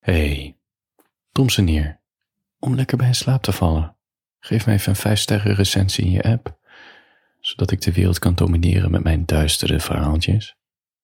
Hey, Thompson hier. Om lekker bij in slaap te vallen. Geef me even een 5-sterren recensie in je app, zodat ik de wereld kan domineren met mijn duistere verhaaltjes.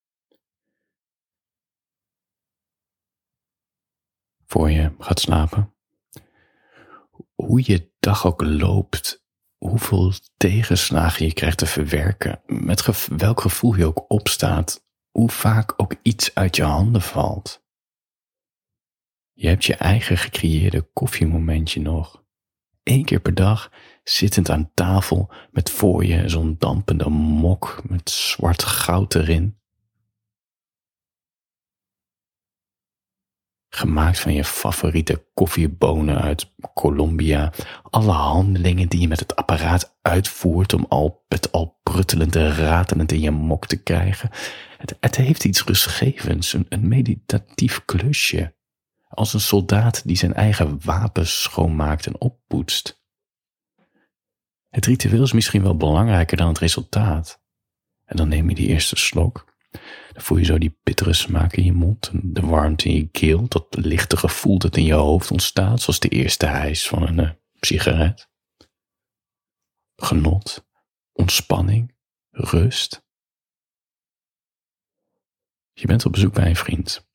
Voor je gaat slapen. Hoe je dag ook loopt, hoeveel tegenslagen je krijgt te verwerken, met welk gevoel je ook opstaat, hoe vaak ook iets uit je handen valt. Je hebt je eigen gecreëerde koffiemomentje nog. 1 keer per dag, zittend aan tafel, met voor je zo'n dampende mok met zwart goud erin. Gemaakt van je favoriete koffiebonen uit Colombia. Alle handelingen die je met het apparaat uitvoert om het al pruttelend en ratelend in je mok te krijgen. Het heeft iets rustgevends, een meditatief klusje. Als een soldaat die zijn eigen wapens schoonmaakt en oppoetst. Het ritueel is misschien wel belangrijker dan het resultaat. En dan neem je die eerste slok. Dan voel je zo die bittere smaak in je mond en de warmte in je keel. Dat lichte gevoel dat in je hoofd ontstaat, zoals de eerste hijs van een sigaret. Genot, ontspanning, rust. Je bent op bezoek bij een vriend.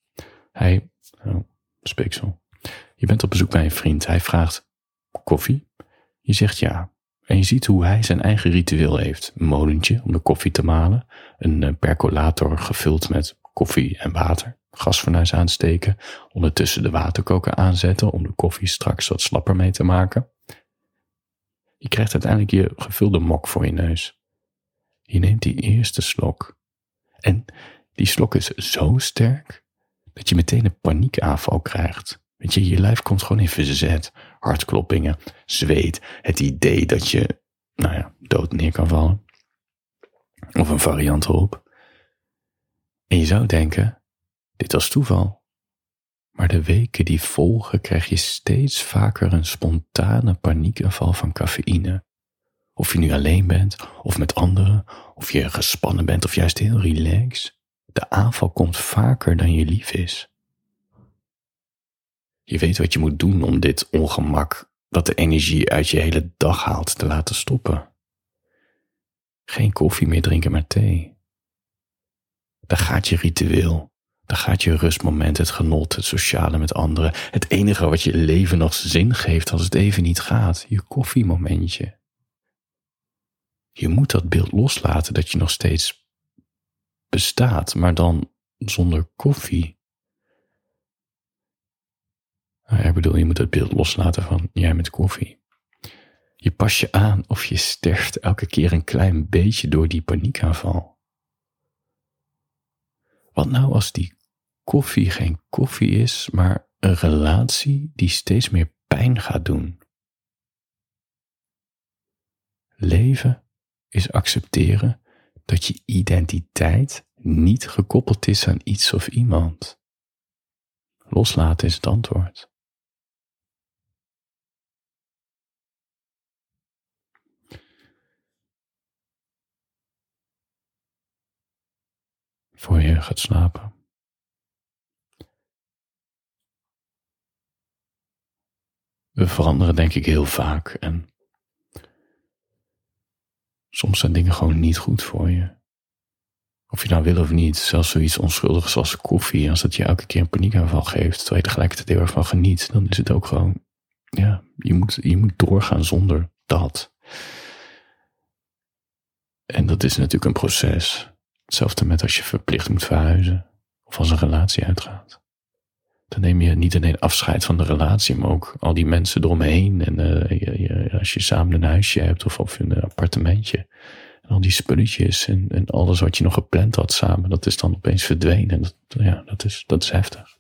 Je bent op bezoek bij een vriend. Hij vraagt koffie. Je zegt ja. En je ziet hoe hij zijn eigen ritueel heeft. Een molentje om de koffie te malen. Een percolator gevuld met koffie en water. Gasfornuis aansteken. Ondertussen de waterkoker aanzetten om de koffie straks wat slapper mee te maken. Je krijgt uiteindelijk je gevulde mok voor je neus. Je neemt die eerste slok. En die slok is zo sterk dat je meteen een paniekaanval krijgt. Weet je lijf komt gewoon in verzet. Hartkloppingen, zweet, het idee dat je, dood neer kan vallen. Of een variant erop. En je zou denken, dit was toeval. Maar de weken die volgen krijg je steeds vaker een spontane paniekaanval van cafeïne. Of je nu alleen bent, of met anderen, of je gespannen bent, of juist heel relaxed. De aanval komt vaker dan je lief is. Je weet wat je moet doen om dit ongemak dat de energie uit je hele dag haalt te laten stoppen. Geen koffie meer drinken, maar thee. Daar gaat je ritueel, daar gaat je rustmoment, het genot, het sociale met anderen. Het enige wat je leven nog zin geeft als het even niet gaat, je koffiemomentje. Je moet dat beeld loslaten dat je nog steeds bestaat, maar dan zonder koffie. Je moet het beeld loslaten van jij met koffie. Je past je aan of je sterft elke keer een klein beetje door die paniekaanval. Wat nou als die koffie geen koffie is, maar een relatie die steeds meer pijn gaat doen? Leven is accepteren dat je identiteit niet gekoppeld is aan iets of iemand. Loslaten is het antwoord. Voor je gaat slapen. We veranderen denk ik heel vaak en soms zijn dingen gewoon niet goed voor je. Of je nou wil of niet, zelfs zoiets onschuldigs als koffie, als dat je elke keer een paniekaanval geeft, terwijl je tegelijkertijd heel erg van geniet, dan is het ook gewoon, je moet doorgaan zonder dat. En dat is natuurlijk een proces. Hetzelfde met als je verplicht moet verhuizen of als een relatie uitgaat. Dan neem je niet alleen afscheid van de relatie, maar ook al die mensen eromheen. En als je samen een huisje hebt of een appartementje. En al die spulletjes en alles wat je nog gepland had samen, dat is dan opeens verdwenen. Dat is heftig.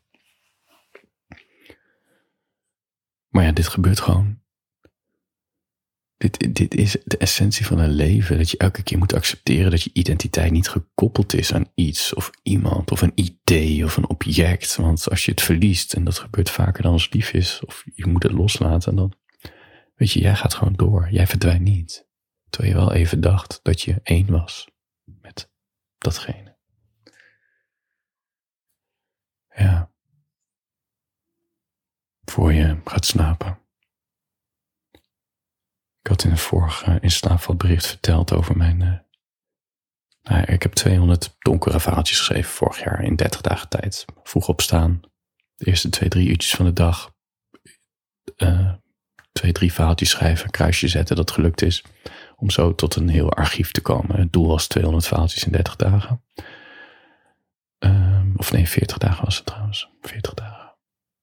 Maar ja, dit gebeurt gewoon. Dit is de essentie van een leven, dat je elke keer moet accepteren dat je identiteit niet gekoppeld is aan iets of iemand of een idee of een object. Want als je het verliest, en dat gebeurt vaker dan als het lief is, of je moet het loslaten, dan weet je, jij gaat gewoon door, jij verdwijnt niet. Terwijl je wel even dacht dat je één was met datgene. Ja. voor je gaat slapen. Ik had in een vorige in slaapvalbericht verteld over mijn... ik heb 200 donkere verhaaltjes geschreven vorig jaar in 30 dagen tijd. Vroeg opstaan, de eerste 2-3 uurtjes van de dag. 2-3 verhaaltjes schrijven, kruisje zetten dat gelukt is. Om zo tot een heel archief te komen. Het doel was 200 verhaaltjes in 30 dagen. 40 dagen was het trouwens. 40 dagen.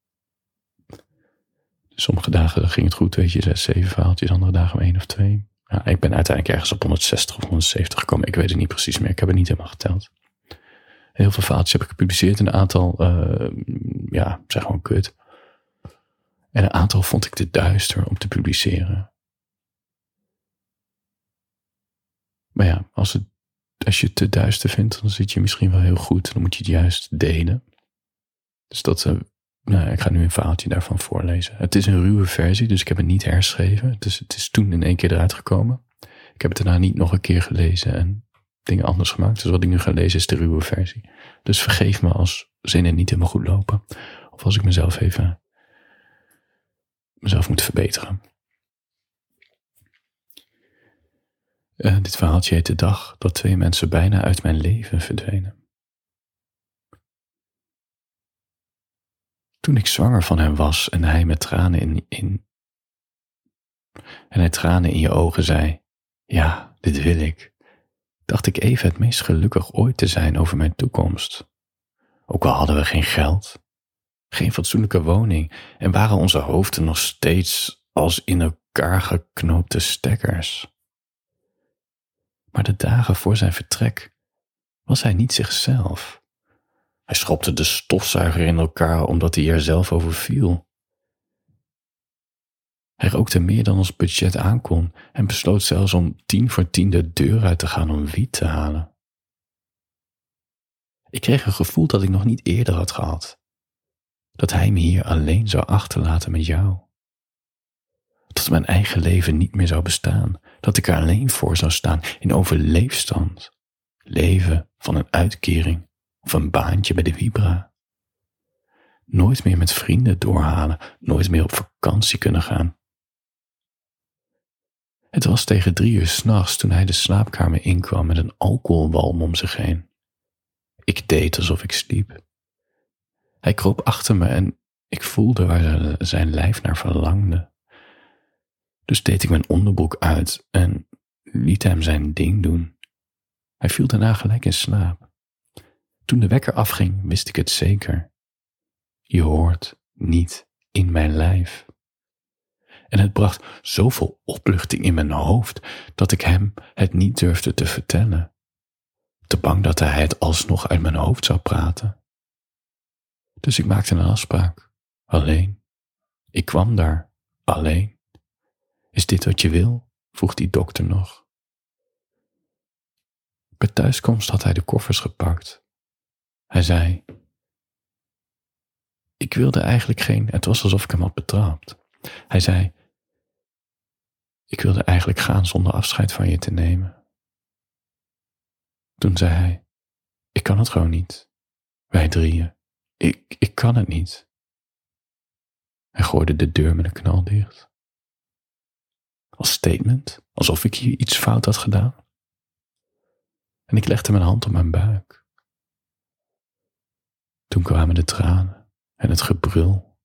Sommige dagen ging het goed, 6, 7 verhaaltjes. Andere dagen om 1 of 2. Ja, ik ben uiteindelijk ergens op 160 of 170 gekomen. Ik weet het niet precies meer. Ik heb het niet helemaal geteld. Heel veel verhaaltjes heb ik gepubliceerd. En een aantal, zijn gewoon kut. En een aantal vond ik te duister om te publiceren. Maar ja, als je het te duister vindt, dan zit je misschien wel heel goed. Dan moet je het juist delen. Dus dat... ik ga nu een verhaaltje daarvan voorlezen. Het is een ruwe versie, dus ik heb het niet herschreven. Het is toen in 1 keer eruit gekomen. Ik heb het daarna niet nog een keer gelezen en dingen anders gemaakt. Dus wat ik nu ga lezen is de ruwe versie. Dus vergeef me als zinnen niet helemaal goed lopen. Of als ik mezelf moet verbeteren. Dit verhaaltje heet de dag dat 2 mensen bijna uit mijn leven verdwenen. Toen ik zwanger van hem was en hij met tranen tranen in je ogen zei, ja, dit wil ik, dacht ik even het meest gelukkig ooit te zijn over mijn toekomst. Ook al hadden we geen geld, geen fatsoenlijke woning en waren onze hoofden nog steeds als in elkaar geknoopte stekkers. Maar de dagen voor zijn vertrek was hij niet zichzelf. Hij schopte de stofzuiger in elkaar omdat hij er zelf over viel. Hij rookte meer dan ons budget aankon en besloot zelfs om 10 voor 10 de deur uit te gaan om wiet te halen. Ik kreeg een gevoel dat ik nog niet eerder had gehad. Dat hij me hier alleen zou achterlaten met jou. Dat mijn eigen leven niet meer zou bestaan. Dat ik er alleen voor zou staan in overleefstand. Leven van een uitkering. Of een baantje bij de Vibra. Nooit meer met vrienden doorhalen, nooit meer op vakantie kunnen gaan. Het was tegen 3 uur 's nachts toen hij de slaapkamer inkwam met een alcoholwalm om zich heen. Ik deed alsof ik sliep. Hij kroop achter me en ik voelde waar zijn lijf naar verlangde. Dus deed ik mijn onderbroek uit en liet hem zijn ding doen. Hij viel daarna gelijk in slaap. Toen de wekker afging, wist ik het zeker. Je hoort niet in mijn lijf. En het bracht zoveel opluchting in mijn hoofd, dat ik hem het niet durfde te vertellen. Te bang dat hij het alsnog uit mijn hoofd zou praten. Dus ik maakte een afspraak. Alleen. Ik kwam daar. Alleen. Is dit wat je wil? Vroeg die dokter nog. Bij thuiskomst had hij de koffers gepakt. Hij zei, ik wilde eigenlijk het was alsof ik hem had betrapt. Hij zei, ik wilde eigenlijk gaan zonder afscheid van je te nemen. Toen zei hij, ik kan het gewoon niet. Wij 3, ik kan het niet. Hij gooide de deur met een knal dicht. Als statement, alsof ik hier iets fout had gedaan. En ik legde mijn hand op mijn buik. Toen kwamen de tranen en het gebrul.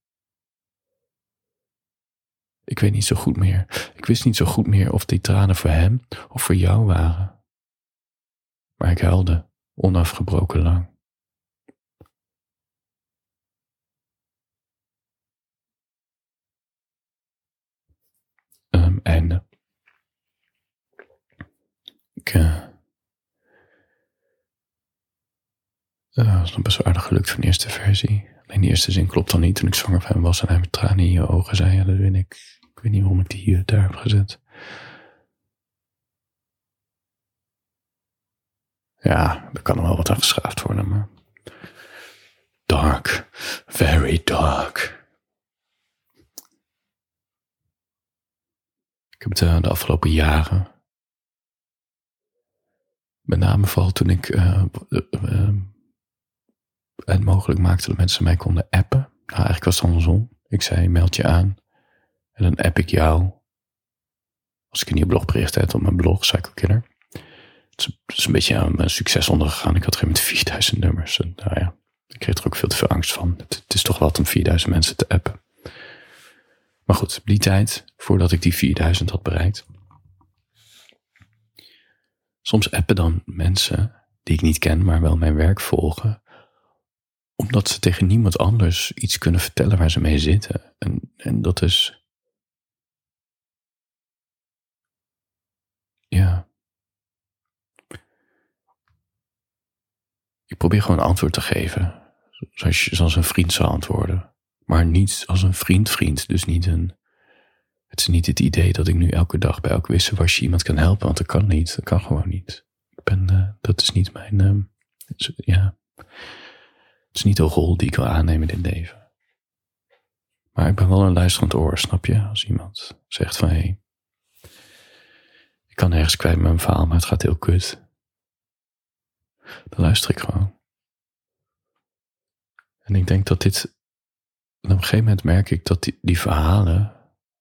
Ik wist niet zo goed meer of die tranen voor hem of voor jou waren. Maar ik huilde onafgebroken lang. Einde. Dat is nog best wel aardig gelukt van de eerste versie. Alleen de eerste zin klopt dan niet. Toen ik zwanger van hem was en hij met tranen in je ogen zei, ja, dat weet ik. Ik weet niet waarom ik die daar heb gezet. Ja, er kan nog wel wat aan geschaafd worden, maar... Dark. Very dark. Ik heb het de afgelopen jaren... Met name vooral toen ik... het mogelijk maakte dat mensen mij konden appen. Nou, eigenlijk was het andersom. Ik zei, meld je aan. En dan app ik jou. Als ik een nieuw blogbericht heb op mijn blog, Psycho Killer. Het is een beetje aan mijn succes ondergegaan. Ik had geen met 4000 nummers. En nou ja, ik kreeg er ook veel te veel angst van. Het is toch wat om 4000 mensen te appen. Maar goed, die tijd, voordat ik die 4000 had bereikt. Soms appen dan mensen die ik niet ken, maar wel mijn werk volgen. Omdat ze tegen niemand anders iets kunnen vertellen waar ze mee zitten. En dat is... Ja. Ik probeer gewoon antwoord te geven. Zoals een vriend zou antwoorden. Maar niet als een vriend. Dus niet een... Het is niet het idee dat ik nu elke dag bij elk wisselwasje iemand kan helpen. Want dat kan niet. Dat kan gewoon niet. Dat is niet mijn... ja. Het is niet de rol die ik wil aannemen in dit leven. Maar ik ben wel een luisterend oor, snap je? Als iemand zegt van, hé, ik kan nergens kwijt met mijn verhaal, maar het gaat heel kut. Dan luister ik gewoon. En ik denk dat dit... En op een gegeven moment merk ik dat die verhalen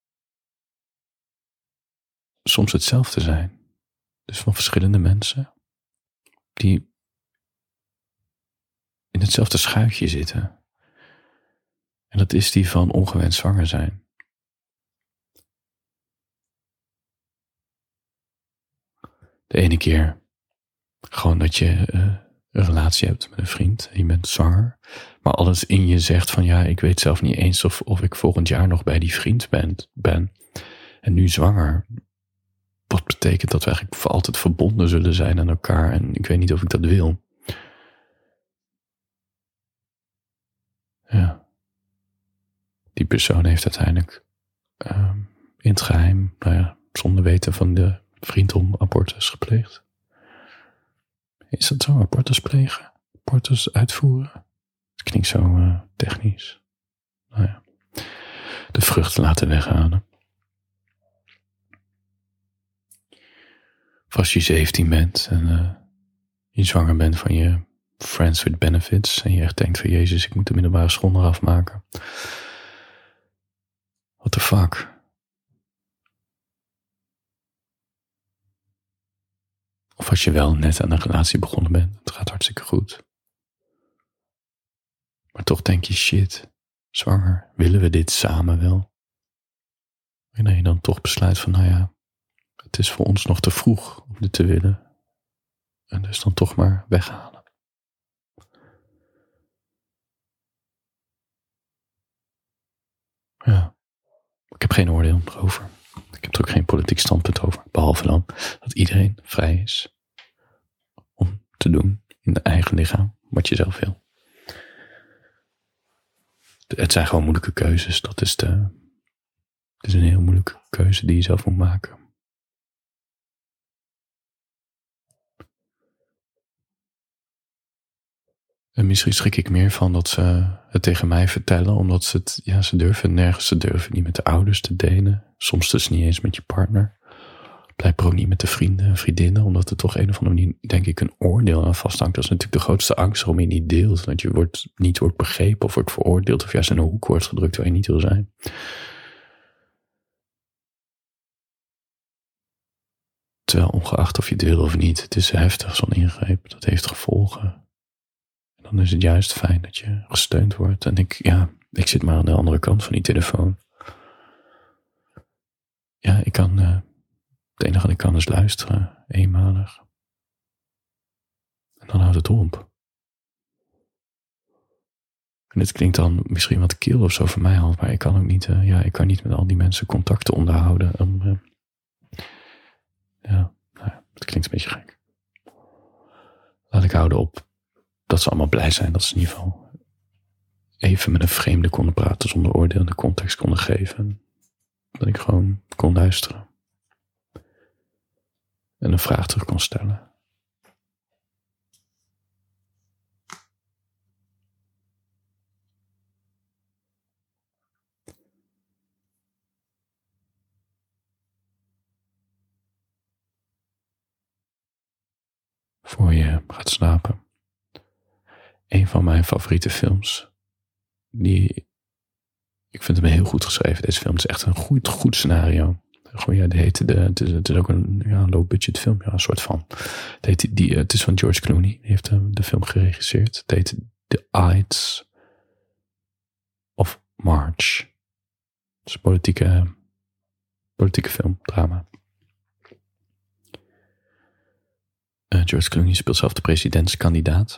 soms hetzelfde zijn. Dus van verschillende mensen die in hetzelfde schuitje zitten. En dat is die van ongewenst zwanger zijn. De ene keer gewoon dat je een relatie hebt met een vriend en je bent zwanger. Maar alles in je zegt van ja, ik weet zelf niet eens of ik volgend jaar nog bij die vriend ben. En nu zwanger. Wat betekent dat we eigenlijk voor altijd verbonden zullen zijn aan elkaar. En ik weet niet of ik dat wil. Ja. Die persoon heeft uiteindelijk in het geheim, zonder weten van de vriend om abortus gepleegd. Is dat zo? Abortus plegen? Abortus uitvoeren? Het klinkt zo technisch. Nou ja. De vrucht laten weghalen. Of als je 17 bent en je zwanger bent van je friends with benefits en je echt denkt van Jezus, ik moet de middelbare school nog afmaken. What the fuck? Of als je wel net aan een relatie begonnen bent, het gaat hartstikke goed. Maar toch denk je, shit, zwanger, willen we dit samen wel? En dat je dan toch besluit van, nou ja, het is voor ons nog te vroeg om dit te willen. En dus dan toch maar weghalen. Ja, ik heb geen oordeel erover. Ik heb er ook geen politiek standpunt over. Behalve dan dat iedereen vrij is om te doen in de eigen lichaam wat je zelf wil. Het zijn gewoon moeilijke keuzes. Het is een heel moeilijke keuze die je zelf moet maken. En misschien schrik ik meer van dat ze het tegen mij vertellen, omdat ze durven nergens, ze durven niet met de ouders te delen. Soms dus niet eens met je partner. Blijkbaar ook niet met de vrienden en vriendinnen, omdat er toch een of andere manier, denk ik, een oordeel aan vasthangt. Dat is natuurlijk de grootste angst waarom je niet deelt. Dat je niet wordt begrepen of wordt veroordeeld of juist in een hoek wordt gedrukt waar je niet wil zijn. Terwijl ongeacht of je het wil of niet, het is heftig zo'n ingreep. Dat heeft gevolgen. Dan is het juist fijn dat je gesteund wordt. En ik zit maar aan de andere kant van die telefoon. Ja, ik kan, het enige wat ik kan is luisteren, eenmalig. En dan houdt het op. En dit klinkt dan misschien wat kil of zo voor mij al, maar ik kan ook niet, ik kan niet met al die mensen contacten onderhouden. Het klinkt een beetje gek. Laat ik houden op dat ze allemaal blij zijn dat ze in ieder geval even met een vreemde konden praten zonder oordeel en de context konden geven. Dat ik gewoon kon luisteren. En een vraag terug kon stellen. Voor je gaat slapen. Een van mijn favoriete films, die Ik vind hem heel goed geschreven, deze film. Het is echt een goed scenario. Gewoon, ja, het is ook een low-budget film, ja, een soort van. Het is van George Clooney, die heeft de film geregisseerd. Het heet The Ides of March. Het is een politieke film, drama. George Clooney speelt zelf de presidentskandidaat.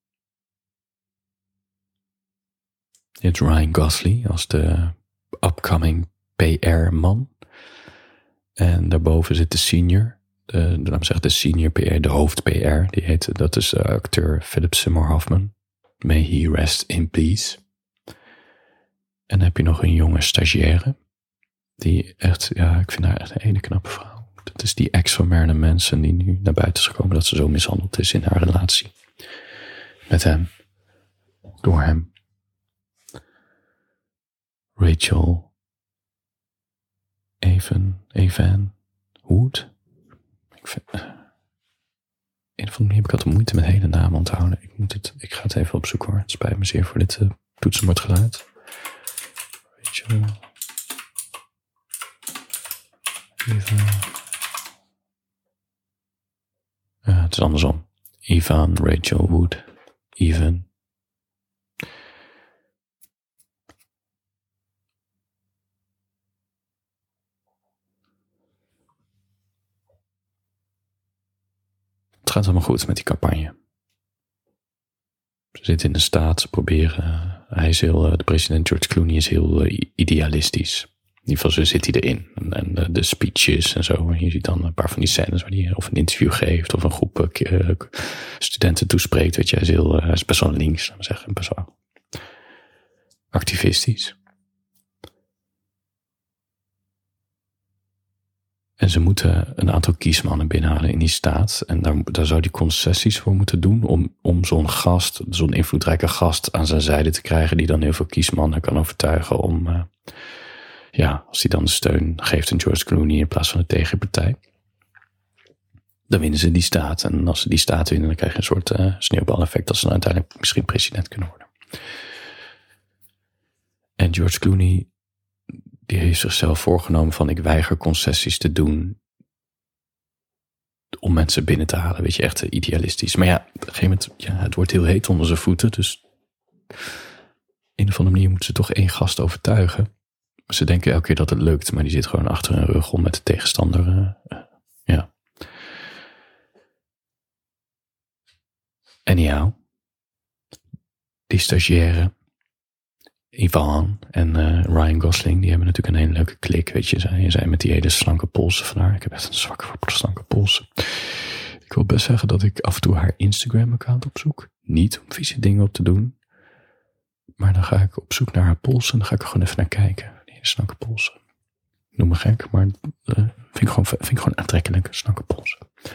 Je hebt Ryan Gosling als de upcoming PR-man. En daarboven zit de senior, de senior PR, de hoofd-PR. Dat is acteur Philip Seymour Hoffman. May he rest in peace. En dan heb je nog een jonge stagiaire. Die echt, ja, ik vind haar echt een hele knappe vrouw. Dat is die ex van Marilyn Manson die nu naar buiten is gekomen dat ze zo mishandeld is in haar relatie. Met hem. Door hem. Rachel Evan Wood. Een of andere manier heb ik altijd moeite met hele namen onthouden. Ik ga het even opzoeken hoor. Het spijt me zeer voor dit toetsenbordgeluid. Rachel Evan. Het is andersom. Evan Rachel Wood. Evan. Het gaat allemaal goed met die campagne. Ze zitten in de staat, ze proberen. De president George Clooney is heel idealistisch. In ieder geval, zo zit hij erin. En de speeches en zo. En je ziet dan een paar van die scènes waar hij of een interview geeft of een groep studenten toespreekt. Weet je, hij is best wel links, laten we zeggen, best wel activistisch. En ze moeten een aantal kiesmannen binnenhalen in die staat. En daar zou hij concessies voor moeten doen om zo'n invloedrijke gast aan zijn zijde te krijgen, die dan heel veel kiesmannen kan overtuigen om, als hij dan de steun geeft aan George Clooney in plaats van de tegenpartij. Dan winnen ze die staat. En als ze die staat winnen, dan krijg je een soort sneeuwbaleffect dat ze dan uiteindelijk misschien president kunnen worden. En George Clooney, die heeft zichzelf voorgenomen van ik weiger concessies te doen om mensen binnen te halen. Weet je, echt idealistisch. Maar ja, op een gegeven moment, het wordt heel heet onder zijn voeten. Dus op een of andere manier moeten ze toch één gast overtuigen. Ze denken elke keer dat het lukt, maar die zit gewoon achter hun rug om met de tegenstander. Anyhow, die stagiaire Yvonne en Ryan Gosling, die hebben natuurlijk een hele leuke klik, weet je. Zij met die hele slanke polsen van haar. Ik heb echt een zwak voor slanke polsen. Ik wil best zeggen dat ik af en toe haar Instagram-account opzoek. Niet om vieze dingen op te doen. Maar dan ga ik op zoek naar haar polsen en dan ga ik er gewoon even naar kijken. Die hele slanke polsen. Noem me gek, maar vind ik gewoon aantrekkelijk, slanke polsen.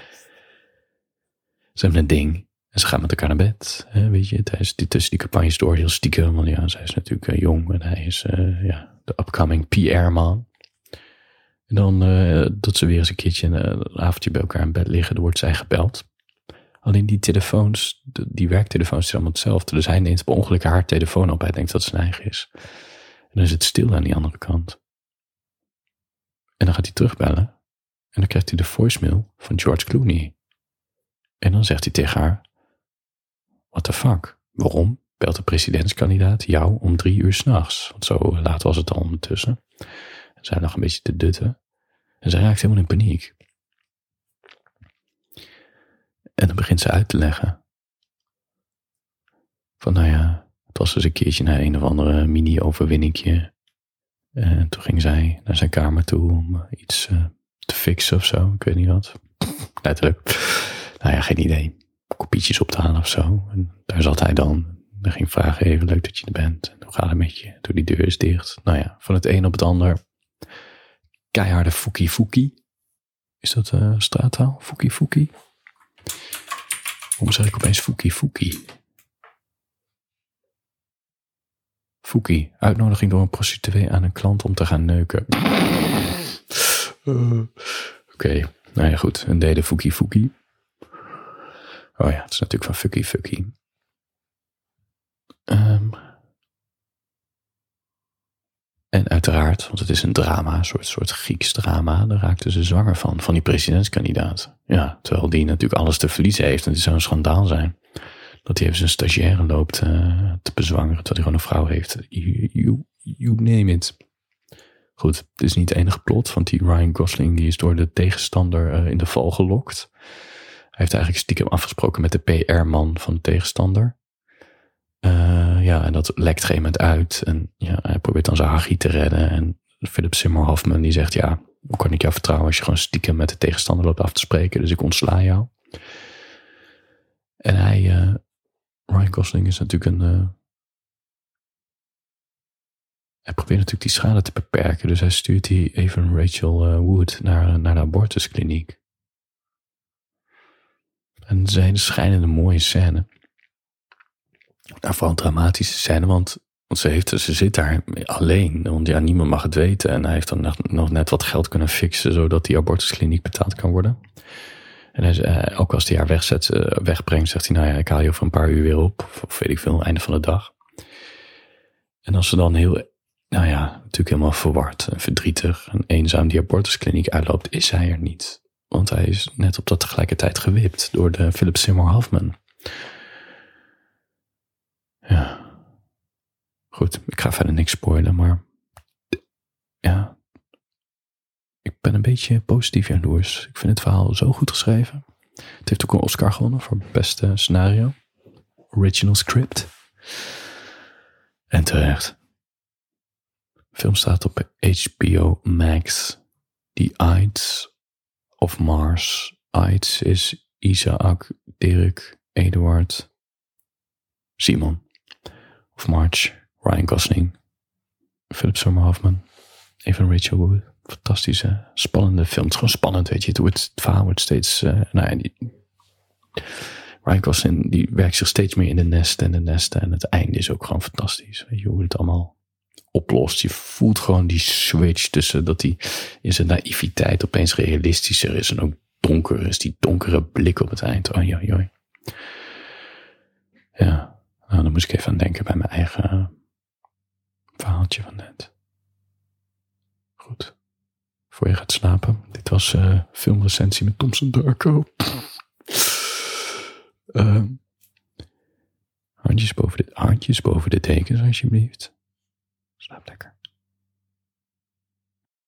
Ze hebben een ding. En ze gaan met elkaar naar bed, weet je, tussen die campagnes door, heel stiekem. Want ja, zij is natuurlijk jong en hij is de upcoming PR-man. En dan dat ze weer eens een keertje een avondje bij elkaar in bed liggen, dan wordt zij gebeld. Alleen die telefoons, die werktelefoons zijn allemaal hetzelfde. Dus hij neemt per ongeluk haar telefoon op, hij denkt dat het zijn eigen is. En dan is het stil aan die andere kant. En dan gaat hij terugbellen. En dan krijgt hij de voicemail van George Clooney. En dan zegt hij tegen haar: what the fuck? Waarom belt de presidentskandidaat jou om 3:00 s'nachts? Want zo laat was het al ondertussen. En zij lag een beetje te dutten. En zij raakt helemaal in paniek. En dan begint ze uit te leggen. Van het was dus een keertje naar een of andere mini-overwinningje. En toen ging zij naar zijn kamer toe om iets te fixen of zo. Ik weet niet wat. Letterlijk. Geen idee. Kopietjes op te halen of zo. En daar zat hij dan. Dan ging vragen, even leuk dat je er bent. En hoe gaat het met je? Toen die deur is dicht. Van het een op het ander. Keiharde foekie. Is dat straattaal? Foekie. Waarom zeg ik opeens foekie? Foekie. Uitnodiging door een prostituee aan een klant om te gaan neuken. Oké. Goed. Een derde foekie. Oh ja, het is natuurlijk van fucky. En uiteraard, want het is een drama, een soort Grieks drama, daar raakte ze zwanger van die presidentskandidaat. Ja, terwijl die natuurlijk alles te verliezen heeft. En het zou een schandaal zijn dat hij even zijn stagiaire loopt te bezwangeren, terwijl hij gewoon een vrouw heeft. You name it. Goed, het is niet de enige plot, want die Ryan Gosling die is door de tegenstander in de val gelokt. Hij heeft eigenlijk stiekem afgesproken met de PR-man van de tegenstander. En dat lekt op een gegeven moment uit. En ja, hij probeert dan zijn hachie te redden. En Philip Seymour Hoffman die zegt, ja, hoe kan ik jou vertrouwen als je gewoon stiekem met de tegenstander loopt af te spreken? Dus ik ontsla jou. En Ryan Gosling is natuurlijk hij probeert natuurlijk die schade te beperken. Dus hij stuurt die even Rachel Wood naar de abortuskliniek. En het is een hele schijnende mooie scène. Nou, vooral een dramatische scène, want ze zit daar alleen. Want ja, niemand mag het weten. En hij heeft dan nog net wat geld kunnen fixen, zodat die abortuskliniek betaald kan worden. En ook als hij haar wegbrengt, zegt hij, nou ja, ik haal je over een paar uur weer op. Of weet ik veel, einde van de dag. En als ze dan natuurlijk helemaal verward en verdrietig en eenzaam die abortuskliniek uitloopt, is hij er niet. Want hij is net op dat tegelijkertijd gewipt door de Philip Seymour Hoffman. Ja. Goed, ik ga verder niks spoilen, maar ja, ik ben een beetje positief jaloers. Ik vind het verhaal zo goed geschreven. Het heeft ook een Oscar gewonnen voor beste scenario. Original script. En terecht. De film staat op HBO Max. The Ides of Mars. Ides is Isaac, Dirk, Eduard, Simon. Of March, Ryan Gosling, Philip Seymour Hoffman, even Rachel Wood. Fantastische, spannende film. Het is gewoon spannend, weet je. Het verhaal wordt steeds... Ryan Gosling die werkt zich steeds meer in de nesten. En het einde is ook gewoon fantastisch. Weet je hoe het allemaal oplost. Je voelt gewoon die switch tussen dat hij in zijn naïviteit opeens realistischer is. En ook donker is. Die donkere blik op het eind. Oei. Ja, nou, dan moest ik even aan denken bij mijn eigen verhaaltje van net. Goed. Voor je gaat slapen. Dit was filmrecensie met Thompson Darko. Handjes boven de dekens, alsjeblieft. Slaap lekker.